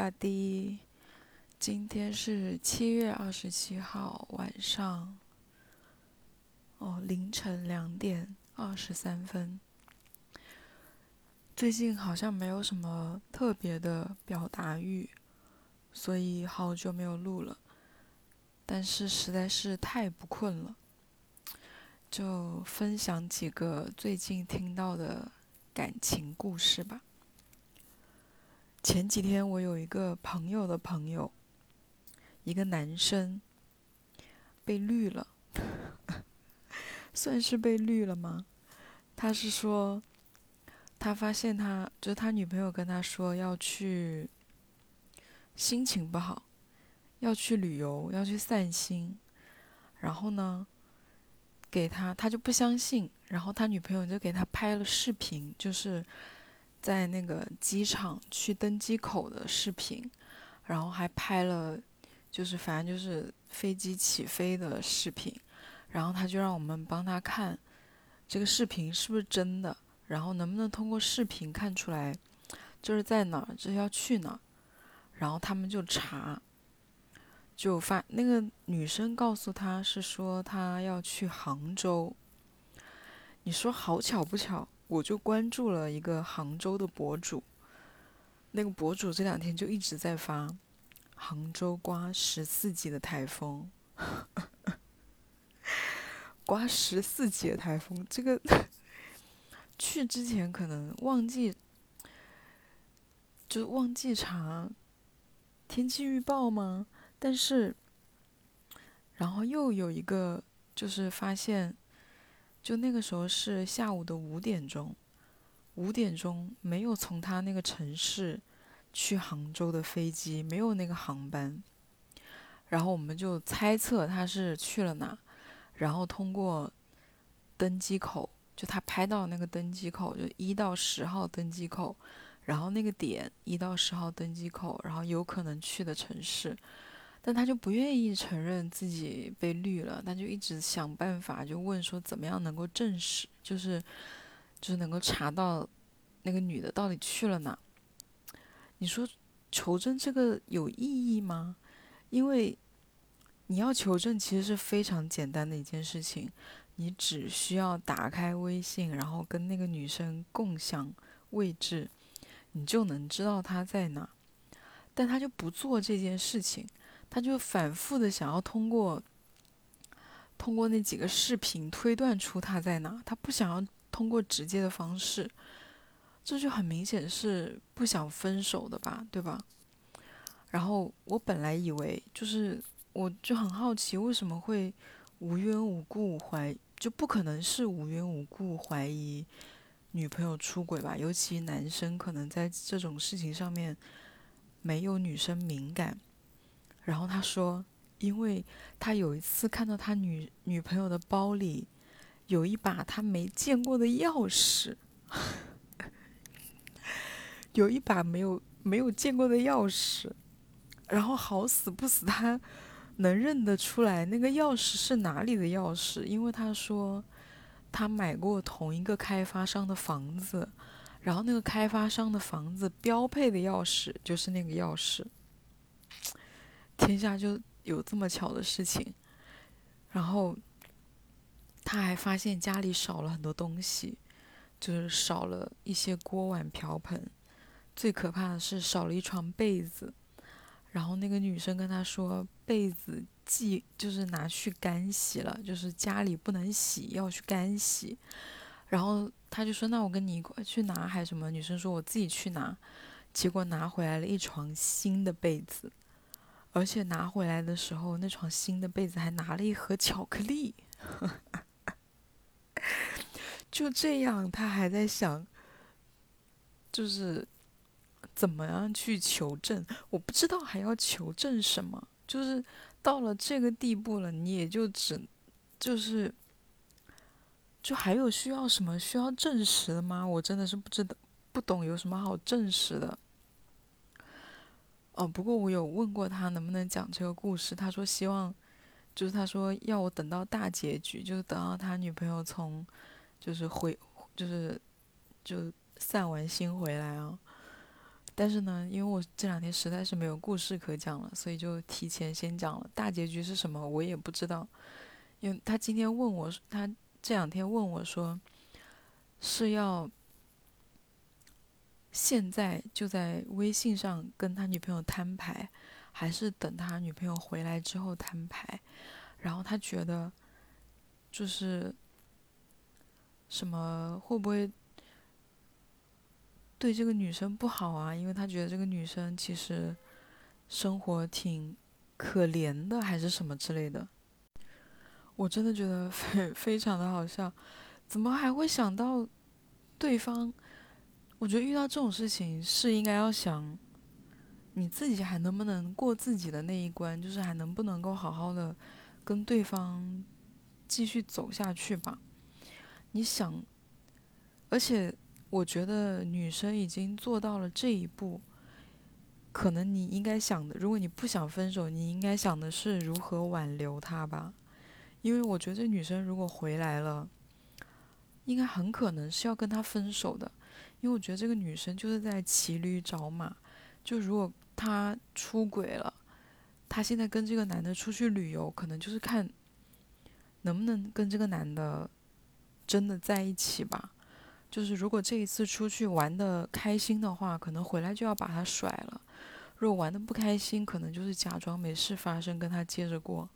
everybody，今天是7月27号晚上凌晨2点23分。最近好像没有什么特别的表达欲，所以好久没有录了。但是实在是太不困了，就分享几个最近听到的感情故事吧。前几天我有一个朋友的朋友，一个男生被绿了，算是被绿了吗？他是说，他发现他女朋友跟他说要去，心情不好，要去旅游，要去散心。然后呢，他就不相信，然后他女朋友就给他拍了视频，就是在那个机场去登机口的视频，然后还拍了，就是反正就是飞机起飞的视频。然后他就让我们帮他看这个视频是不是真的，然后能不能通过视频看出来这是在哪儿，这是要去哪儿。然后他们就查，那个女生告诉他是说她要去杭州。你说好巧不巧，我就关注了一个杭州的博主，那个博主这2天就一直在发杭州刮14级的台风，刮14级的台风，这个去之前可能忘记查天气预报吗？但是然后又有一个就是发现，就那个时候是下午的5点钟，没有从他那个城市去杭州的飞机，没有那个航班。然后我们就猜测他是去了哪，然后通过登机口，就他拍到那个登机口，就1到10号登机口，然后那个点1到10号登机口，然后有可能去的城市。但他就不愿意承认自己被绿了，他就一直想办法，就问说怎么样能够证实，就是能够查到那个女的到底去了哪。你说求证这个有意义吗？因为你要求证其实是非常简单的一件事情，你只需要打开微信，然后跟那个女生共享位置，你就能知道她在哪。但他就不做这件事情，他就反复的想要通过那几个视频推断出他在哪，他不想要通过直接的方式，这就很明显是不想分手的吧，对吧？然后我本来以为我就很好奇为什么会无缘无故就不可能是无缘无故怀疑女朋友出轨吧，尤其男生可能在这种事情上面没有女生敏感。然后他说，因为他有一次看到他女朋友的包里有一把他没见过的钥匙，有一把没有见过的钥匙，然后好死不死他能认得出来那个钥匙是哪里的钥匙，因为他说他买过同一个开发商的房子，然后那个开发商的房子标配的钥匙就是那个钥匙。天下就有这么巧的事情。然后他还发现家里少了很多东西，就是少了一些锅碗瓢盆，最可怕的是少了一床被子。然后那个女生跟他说，被子就是拿去干洗了，就是家里不能洗，要去干洗。然后他就说，那我跟你一块去拿还是什么？女生说我自己去拿，结果拿回来了一床新的被子，而且拿回来的时候，那床新的被子还拿了一盒巧克力。就这样，他还在想，就是怎么样去求证。我不知道还要求证什么，就是到了这个地步了，你也就是就还有需要证实的吗？我真的是不知道，不懂有什么好证实的。不过我有问过他能不能讲这个故事，他说希望，就是他说要我等到大结局，就是等到他女朋友就是就散完心回来啊， 但是呢，因为我这两天实在是没有故事可讲了，所以就提前先讲了。大结局是什么，我也不知道。因为他今天问我，他这两天问我说，是要现在就在微信上跟他女朋友摊牌，还是等他女朋友回来之后摊牌？然后他觉得就是什么会不会对这个女生不好啊？因为他觉得这个女生其实生活挺可怜的，还是什么之类的。我真的觉得非常的好笑，怎么还会想到对方？我觉得遇到这种事情是应该要想你自己还能不能过自己的那一关，就是还能不能够好好的跟对方继续走下去吧。你想，而且我觉得女生已经做到了这一步，可能你应该想的，如果你不想分手，你应该想的是如何挽留他吧。因为我觉得这女生如果回来了，应该很可能是要跟他分手的。因为我觉得这个女生就是在骑驴找马，就如果她出轨了，她现在跟这个男的出去旅游，可能就是看能不能跟这个男的真的在一起吧。就是如果这一次出去玩的开心的话，可能回来就要把他甩了；如果玩的不开心，可能就是假装没事发生，跟他接着过。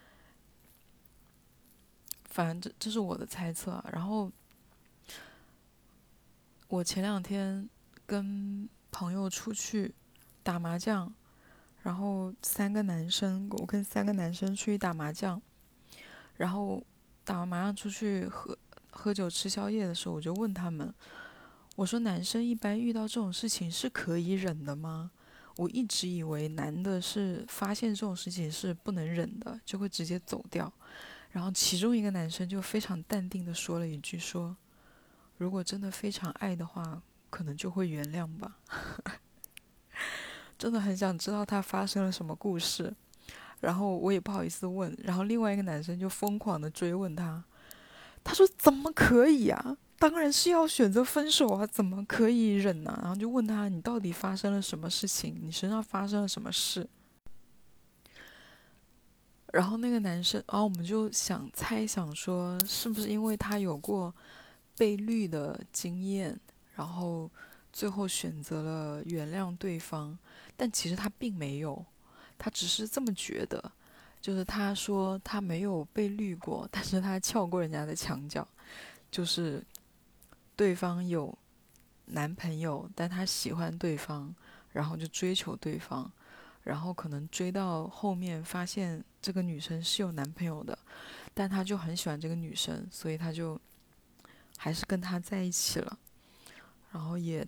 反正这是我的猜测啊。然后我前两天跟朋友出去打麻将，然后我跟三个男生出去打麻将，然后打完麻将出去喝酒吃宵夜的时候，我就问他们，我说男生一般遇到这种事情是可以忍的吗？我一直以为男的是发现这种事情是不能忍的，就会直接走掉。然后其中一个男生就非常淡定的说了一句说，如果真的非常爱的话，可能就会原谅吧。真的很想知道他发生了什么故事，然后我也不好意思问，然后另外一个男生就疯狂的追问他，他说怎么可以啊？当然是要选择分手啊，怎么可以忍呢、然后就问他你到底发生了什么事情？你身上发生了什么事？然后那个男生，然后我们就想猜想说，是不是因为他有过被绿的经验，然后最后选择了原谅对方，但其实他并没有，他只是这么觉得。就是他说他没有被绿过，但是他撬过人家的墙角，就是对方有男朋友，但他喜欢对方，然后就追求对方，然后可能追到后面发现这个女生是有男朋友的，但他就很喜欢这个女生，所以他就还是跟她在一起了，然后也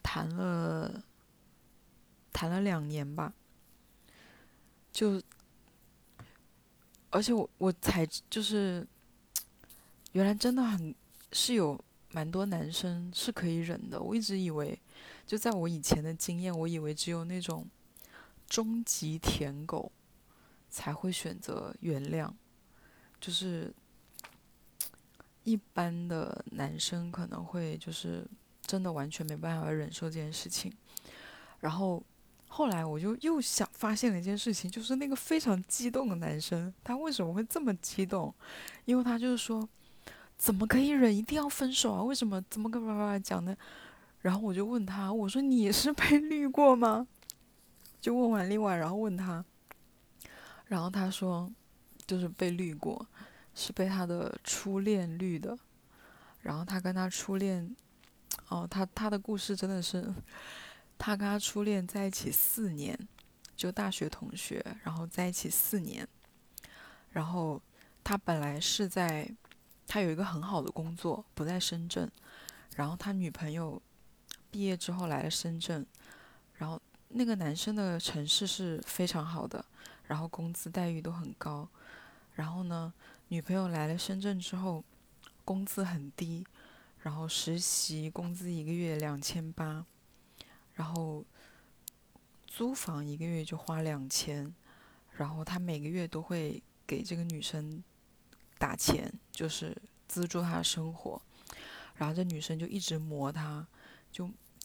谈了2年吧。就而且我才就是原来真的是有蛮多男生是可以忍的，我一直以为就在我以前的经验，我以为只有那种终极舔狗才会选择原谅，就是一般的男生可能会就是真的完全没办法忍受这件事情。然后后来我就又发现了一件事情，就是那个非常激动的男生，他为什么会这么激动？因为他就是说，怎么可以忍？一定要分手啊？为什么？怎么跟爸爸讲呢？然后我就问他，我说你是被绿过吗？就问完另外，然后问他，然后他说就是被绿过，是被他的初恋绿的。然后他跟他初恋，哦，他的故事真的是，他跟他初恋在一起4年，就大学同学，然后在一起4年。然后他本来是他有一个很好的工作，不在深圳。然后他女朋友毕业之后来了深圳，然后那个男生的城市是非常好的，然后工资待遇都很高。然后呢，女朋友来了深圳之后，工资很低，然后实习工资一个月2800，然后租房一个月就花2000，然后他每个月都会给这个女生打钱，就是资助她生活。然后这女生就一直磨他，就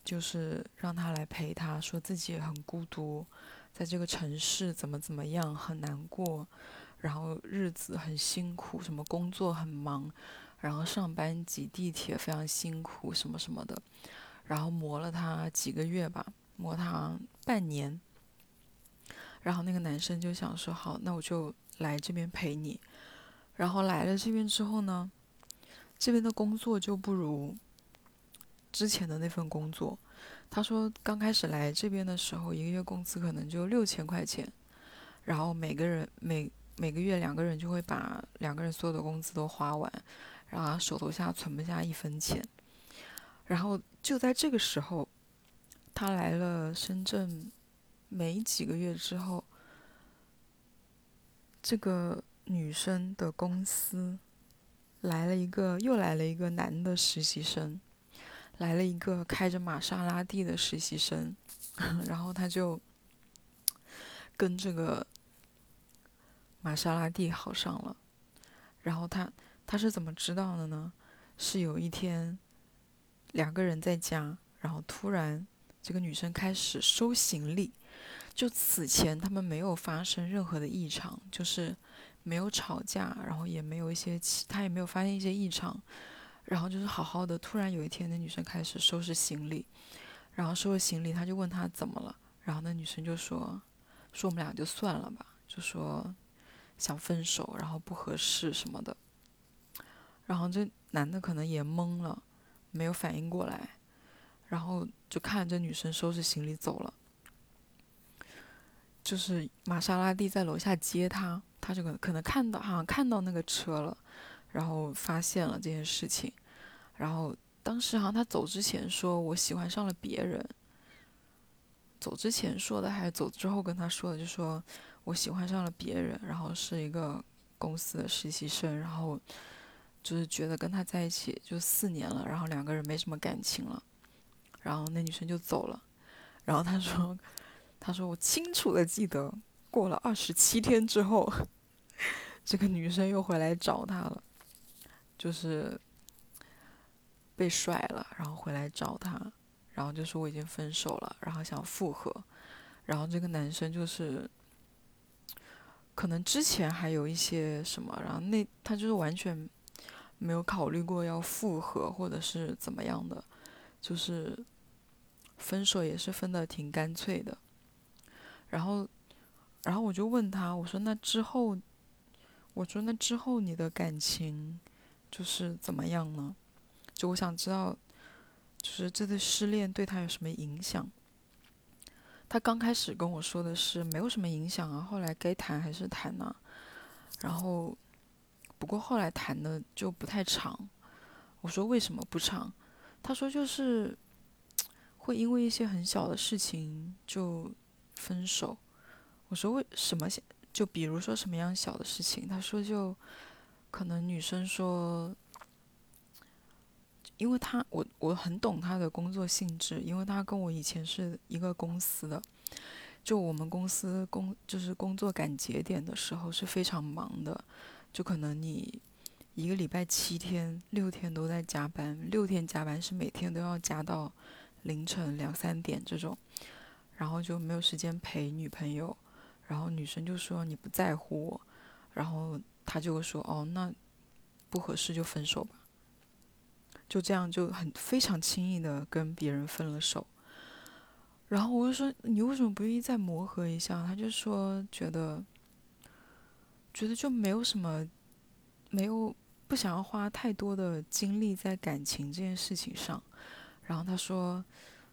就是让他来陪他，说自己也很孤独，在这个城市怎么怎么样很难过，然后日子很辛苦，什么工作很忙，然后上班挤地铁非常辛苦什么什么的，然后磨了他几个月吧，磨他半年，然后那个男生就想说好，那我就来这边陪你，然后来了这边之后呢，这边的工作就不如之前的那份工作。他说刚开始来这边的时候，一个月工资可能就6000块钱，然后每个月2个人就会把2个人所有的工资都花完，然后手头下存不下一分钱。然后就在这个时候，他来了深圳没几个月之后，这个女生的公司又来了一个男的实习生，来了一个开着玛莎拉蒂的实习生，然后他就跟这个玛莎拉蒂好上了。然后他是怎么知道的呢？是有一天2个人在家，然后突然这个女生开始收行李，就此前他们没有发生任何的异常，就是没有吵架，然后也没有他也没有发现一些异常，然后就是好好的。突然有一天，那女生开始收拾行李，然后收拾行李，他就问她怎么了，然后那女生就说我们俩就算了吧，就说想分手，然后不合适什么的。然后这男的可能也懵了，没有反应过来，然后就看着女生收拾行李走了。就是玛莎拉蒂在楼下接他，他就可能好像看到那个车了，然后发现了这件事情。然后当时好像他走之前说我喜欢上了别人，走之前说的还是走之后跟他说的，就说我喜欢上了别人，然后是一个公司的实习生，然后就是觉得跟他在一起就4年了，然后2个人没什么感情了，然后那女生就走了。然后他说我清楚的记得，过了27天之后，这个女生又回来找他了，就是被甩了，然后回来找他，然后就说我已经分手了，然后想复合。然后这个男生就是可能之前还有一些什么，然后他就是完全没有考虑过要复合或者是怎么样的，就是分手也是分得挺干脆的。然后我就问他，我说那之后你的感情就是怎么样呢？就我想知道，就是这次失恋对他有什么影响？他刚开始跟我说的是没有什么影响啊，后来该谈还是谈呐、然后不过后来谈的就不太长。我说为什么不长？他说就是会因为一些很小的事情就分手。我说为什么？就比如说什么样小的事情？他说就可能女生说，因为我很懂他的工作性质，因为他跟我以前是一个公司的，就我们公司就是工作赶节点的时候是非常忙的，就可能你一个礼拜7天6天都在加班，6天加班是每天都要加到凌晨2、3点这种，然后就没有时间陪女朋友，然后女生就说你不在乎我，然后他就会说哦那不合适就分手吧，就这样就非常轻易的跟别人分了手。然后我就说你为什么不愿意再磨合一下？他就说觉得就没有什么，没有不想要花太多的精力在感情这件事情上。然后他说，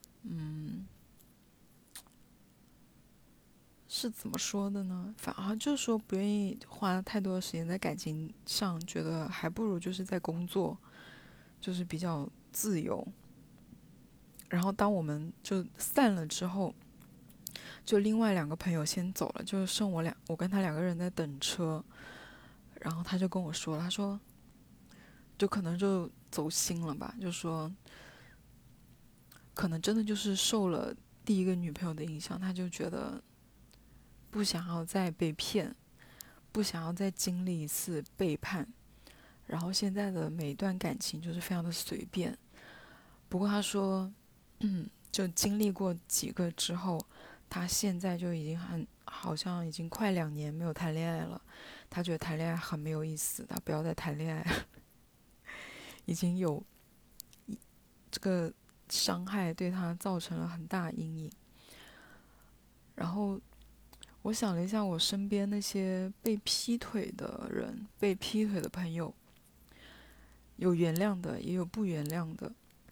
是怎么说的呢？反而就是说不愿意花太多的时间在感情上，觉得还不如就是在工作，就是比较自由。然后当我们就散了之后，就另外2个朋友先走了，就剩我跟他2个人在等车。然后他就跟我说了，他说就可能就走心了吧，就说可能真的就是受了第一个女朋友的影响，他就觉得不想要再被骗，不想要再经历一次背叛，然后现在的每一段感情就是非常的随便。不过他说， 就经历过几个之后，他现在就已经好像已经快2年没有谈恋爱了。他觉得谈恋爱很没有意思，他不要再谈恋爱了，已经有这个伤害对他造成了很大阴影。然后我想了一下，我身边那些被劈腿的人，被劈腿的朋友，有原谅的，也有不原谅的。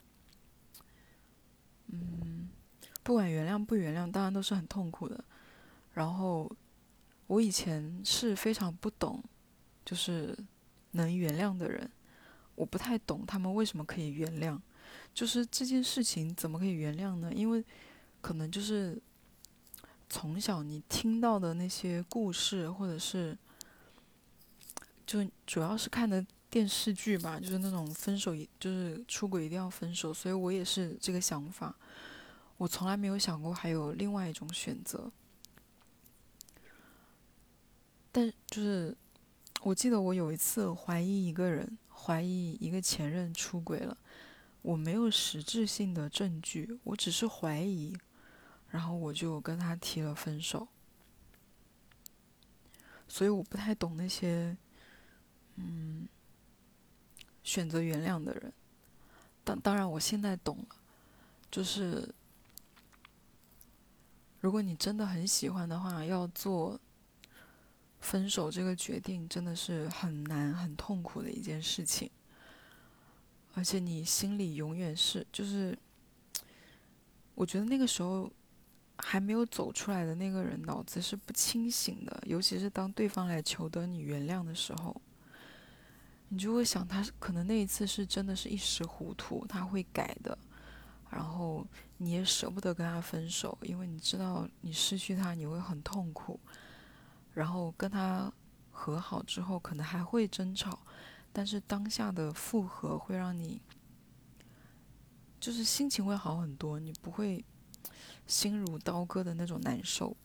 不管原谅不原谅，当然都是很痛苦的。然后我以前是非常不懂，就是能原谅的人，我不太懂他们为什么可以原谅。就是这件事情怎么可以原谅呢？因为可能就是从小你听到的那些故事，或者是就主要是看的电视剧吧，就是那种分手就是出轨一定要分手，所以我也是这个想法。我从来没有想过还有另外一种选择。但就是我记得我有一次怀疑一个人，怀疑一个前任出轨了，我没有实质性的证据，我只是怀疑，然后我就跟他提了分手。所以我不太懂那些选择原谅的人。当然我现在懂了，就是如果你真的很喜欢的话，要做分手这个决定真的是很难很痛苦的一件事情。而且你心里永远是就是我觉得那个时候还没有走出来的那个人脑子是不清醒的，尤其是当对方来求得你原谅的时候，你就会想他可能那一次是真的是一时糊涂，他会改的。然后你也舍不得跟他分手，因为你知道你失去他你会很痛苦。然后跟他和好之后可能还会争吵，但是当下的复合会让你就是心情会好很多，你不会心如刀割的那种难受。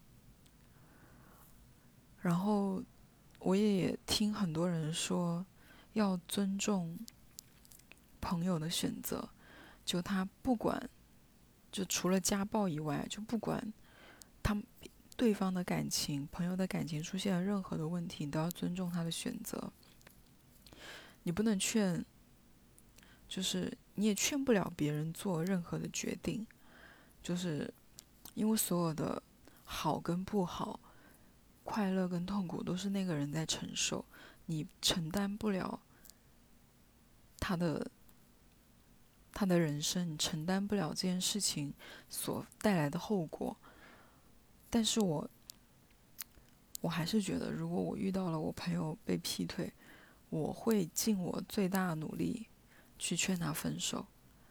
然后我也听很多人说要尊重朋友的选择，就他不管就除了家暴以外，就不管他对方的感情朋友的感情出现了任何的问题，你都要尊重他的选择。你不能劝，就是你也劝不了别人做任何的决定，就是因为所有的好跟不好，快乐跟痛苦都是那个人在承受，你承担不了他的人生，你承担不了这件事情所带来的后果。但是我还是觉得，如果我遇到了我朋友被劈腿，我会尽我最大的努力去劝他分手。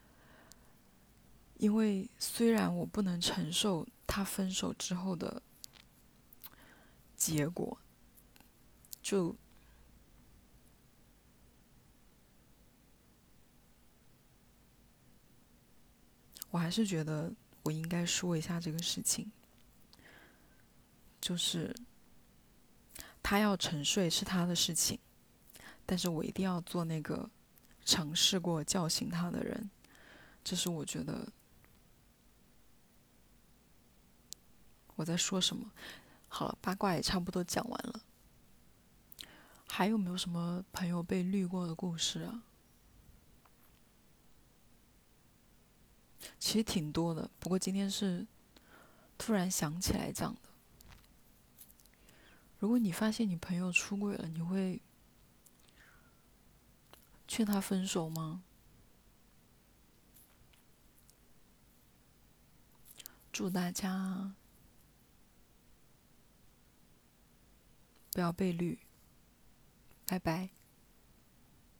因为虽然我不能承受他分手之后的结果，就我还是觉得我应该说一下这个事情，就是他要沉睡是他的事情，但是我一定要做那个尝试过叫醒他的人。这是我觉得我在说什么。好了，八卦也差不多讲完了。还有没有什么朋友被绿过的故事啊？其实挺多的，不过今天是突然想起来讲的。如果你发现你朋友出轨了，你会劝他分手吗？祝大家不要被绿，拜拜。